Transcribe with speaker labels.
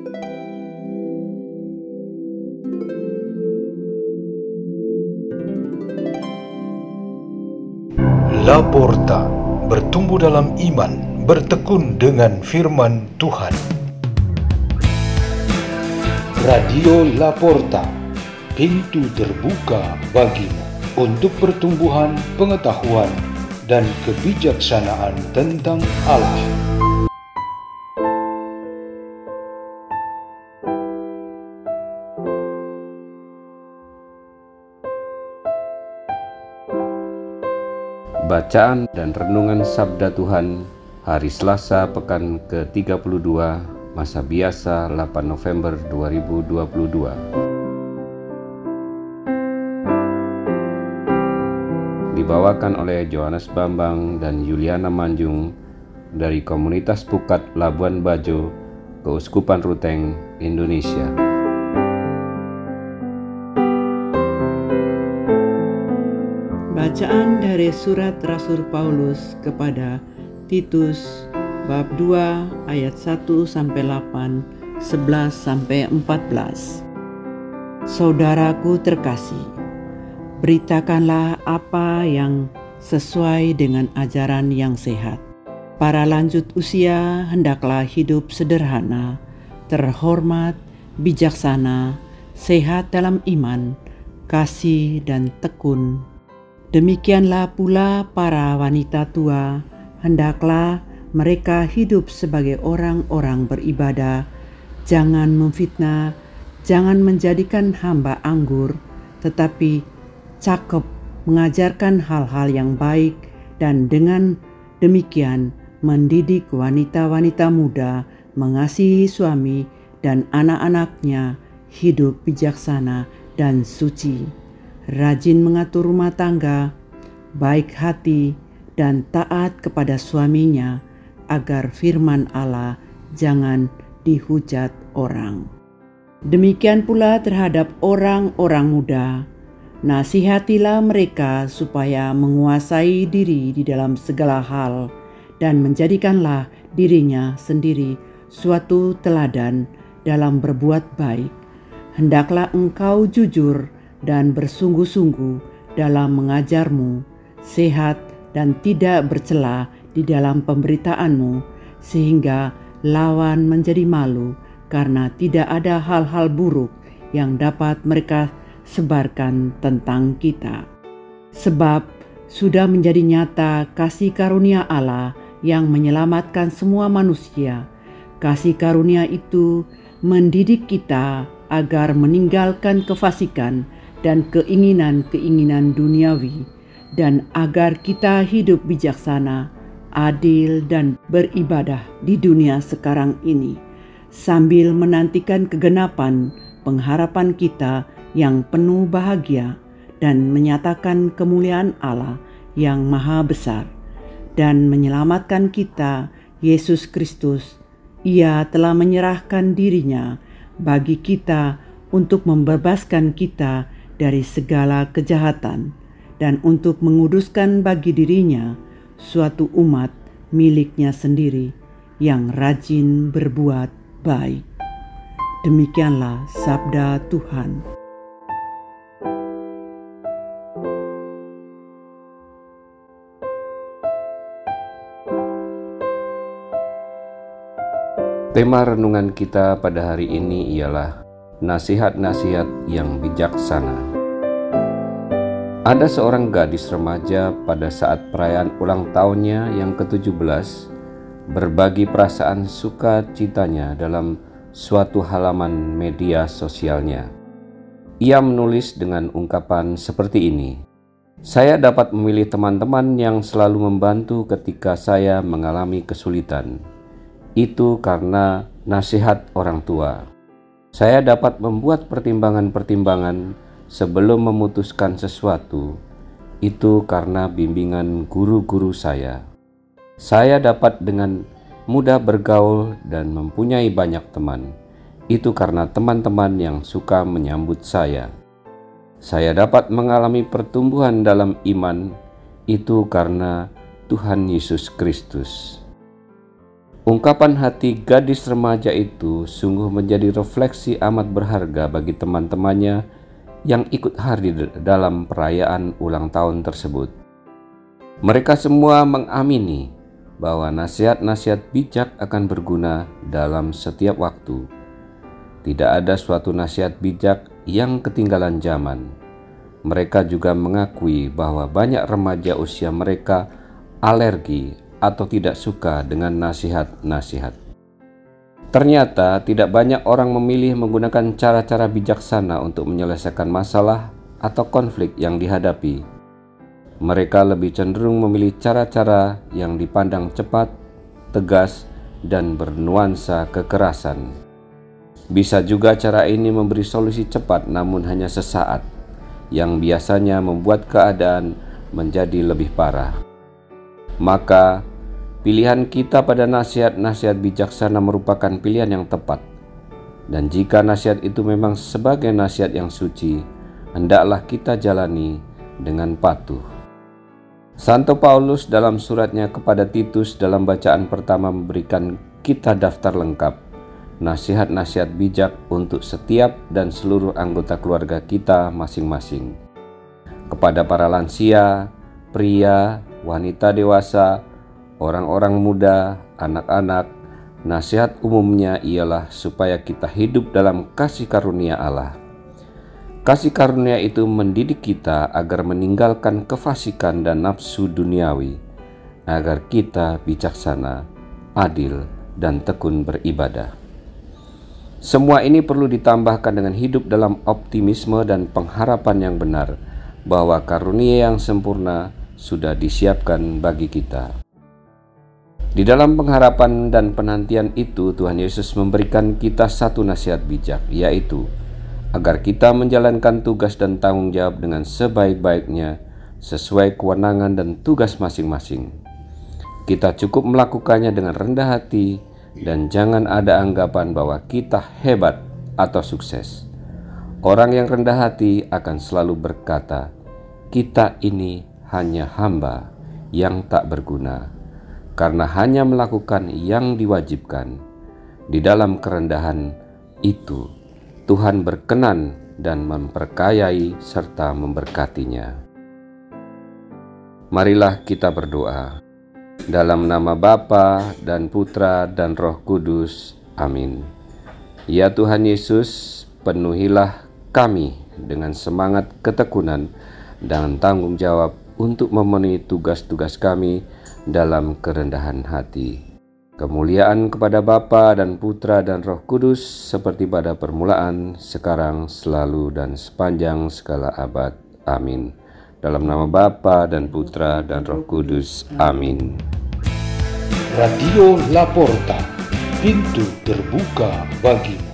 Speaker 1: Laporta, bertumbuh dalam iman, bertekun dengan firman Tuhan. Radio Laporta, pintu terbuka bagimu untuk pertumbuhan pengetahuan dan kebijaksanaan tentang Allah.
Speaker 2: Bacaan dan Renungan Sabda Tuhan hari Selasa pekan ke-32 masa biasa 8 November 2022. Dibawakan oleh Johannes Bambang dan Yuliana Manjung dari Komunitas Pukat Labuan Bajo, Keuskupan Ruteng, Indonesia.
Speaker 3: Bacaan dari surat Rasul Paulus kepada Titus bab 2 ayat 1-8, 11-14. Saudaraku terkasih, beritakanlah apa yang sesuai dengan ajaran yang sehat. Para lanjut usia hendaklah hidup sederhana, terhormat, bijaksana, sehat dalam iman, kasih dan tekun. Demikianlah pula para wanita tua, hendaklah mereka hidup sebagai orang-orang beribadah, jangan memfitnah, jangan menjadikan hamba anggur, tetapi cakep mengajarkan hal-hal yang baik, dan dengan demikian mendidik wanita-wanita muda mengasihi suami dan anak-anaknya, hidup bijaksana dan suci, rajin mengatur rumah tangga, baik hati, dan taat kepada suaminya, agar firman Allah jangan dihujat orang. Demikian pula terhadap orang-orang muda, nasihatilah mereka supaya menguasai diri di dalam segala hal, dan menjadikanlah dirinya sendiri suatu teladan dalam berbuat baik. Hendaklah engkau jujur dan bersungguh-sungguh dalam mengajarmu, sehat dan tidak bercela di dalam pemberitaanmu, sehingga lawan menjadi malu karena tidak ada hal-hal buruk yang dapat mereka sebarkan tentang kita. Sebab sudah menjadi nyata kasih karunia Allah yang menyelamatkan semua manusia. Kasih karunia itu mendidik kita agar meninggalkan kefasikan dan keinginan-keinginan duniawi, dan agar kita hidup bijaksana, adil, dan beribadah di dunia sekarang ini, sambil menantikan kegenapan pengharapan kita yang penuh bahagia dan menyatakan kemuliaan Allah yang maha besar dan menyelamatkan kita, Yesus Kristus. Ia telah menyerahkan dirinya bagi kita untuk membebaskan kita dari segala kejahatan dan untuk menguduskan bagi dirinya suatu umat miliknya sendiri yang rajin berbuat baik. Demikianlah sabda Tuhan.
Speaker 2: Tema renungan kita pada hari ini ialah nasihat-nasihat yang bijaksana. Ada seorang gadis remaja pada saat perayaan ulang tahunnya yang ke-17 berbagi perasaan sukacitanya dalam suatu halaman media sosialnya. Ia menulis dengan ungkapan seperti ini: "Saya dapat memilih teman-teman yang selalu membantu ketika saya mengalami kesulitan. Itu karena nasihat orang tua. Saya dapat membuat pertimbangan-pertimbangan sebelum memutuskan sesuatu. Itu karena bimbingan guru-guru saya. Saya dapat dengan mudah bergaul dan mempunyai banyak teman. Itu karena teman-teman yang suka menyambut saya. Saya dapat mengalami pertumbuhan dalam iman. Itu karena Tuhan Yesus Kristus." Ungkapan hati gadis remaja itu sungguh menjadi refleksi amat berharga bagi teman-temannya yang ikut hadir dalam perayaan ulang tahun tersebut. Mereka semua mengamini bahwa nasihat-nasihat bijak akan berguna dalam setiap waktu. Tidak ada suatu nasihat bijak yang ketinggalan zaman. Mereka juga mengakui bahwa banyak remaja usia mereka alergi atau tidak suka dengan nasihat-nasihat. Ternyata tidak banyak orang memilih menggunakan cara-cara bijaksana untuk menyelesaikan masalah atau konflik yang dihadapi. Mereka lebih cenderung memilih cara-cara yang dipandang cepat, tegas, dan bernuansa kekerasan. Bisa juga cara ini memberi solusi cepat namun hanya sesaat, yang biasanya membuat keadaan menjadi lebih parah. Maka, pilihan kita pada nasihat-nasihat bijaksana merupakan pilihan yang tepat. Dan jika nasihat itu memang sebagai nasihat yang suci, hendaklah kita jalani dengan patuh. Santo Paulus dalam suratnya kepada Titus dalam bacaan pertama memberikan kita daftar lengkap nasihat-nasihat bijak untuk setiap dan seluruh anggota keluarga kita masing-masing. Kepada para lansia, pria, wanita dewasa, orang-orang muda, anak-anak, nasihat umumnya ialah supaya kita hidup dalam kasih karunia Allah. Kasih karunia itu mendidik kita agar meninggalkan kefasikan dan nafsu duniawi, agar kita bijaksana, adil, dan tekun beribadah. Semua ini perlu ditambahkan dengan hidup dalam optimisme dan pengharapan yang benar bahwa karunia yang sempurna sudah disiapkan bagi kita. Di dalam pengharapan dan penantian itu, Tuhan Yesus memberikan kita satu nasihat bijak, yaitu agar kita menjalankan tugas dan tanggung jawab dengan sebaik-baiknya sesuai kewenangan dan tugas masing-masing. Kita cukup melakukannya dengan rendah hati dan jangan ada anggapan bahwa kita hebat atau sukses. Orang yang rendah hati akan selalu berkata, "Kita ini hanya hamba yang tak berguna, karena hanya melakukan yang diwajibkan." Di dalam kerendahan itu, Tuhan berkenan dan memperkayai serta memberkatinya. Marilah kita berdoa. Dalam nama Bapa dan Putra dan Roh Kudus. Amin. Ya Tuhan Yesus, penuhilah kami dengan semangat ketekunan dan tanggung jawab untuk memenuhi tugas-tugas kami dalam kerendahan hati. Kemuliaan kepada Bapa dan Putra dan Roh Kudus seperti pada permulaan, sekarang, selalu, dan sepanjang segala abad. Amin. Dalam nama Bapa dan Putra dan Roh Kudus. Amin.
Speaker 1: Radio Laporta, pintu terbuka bagimu.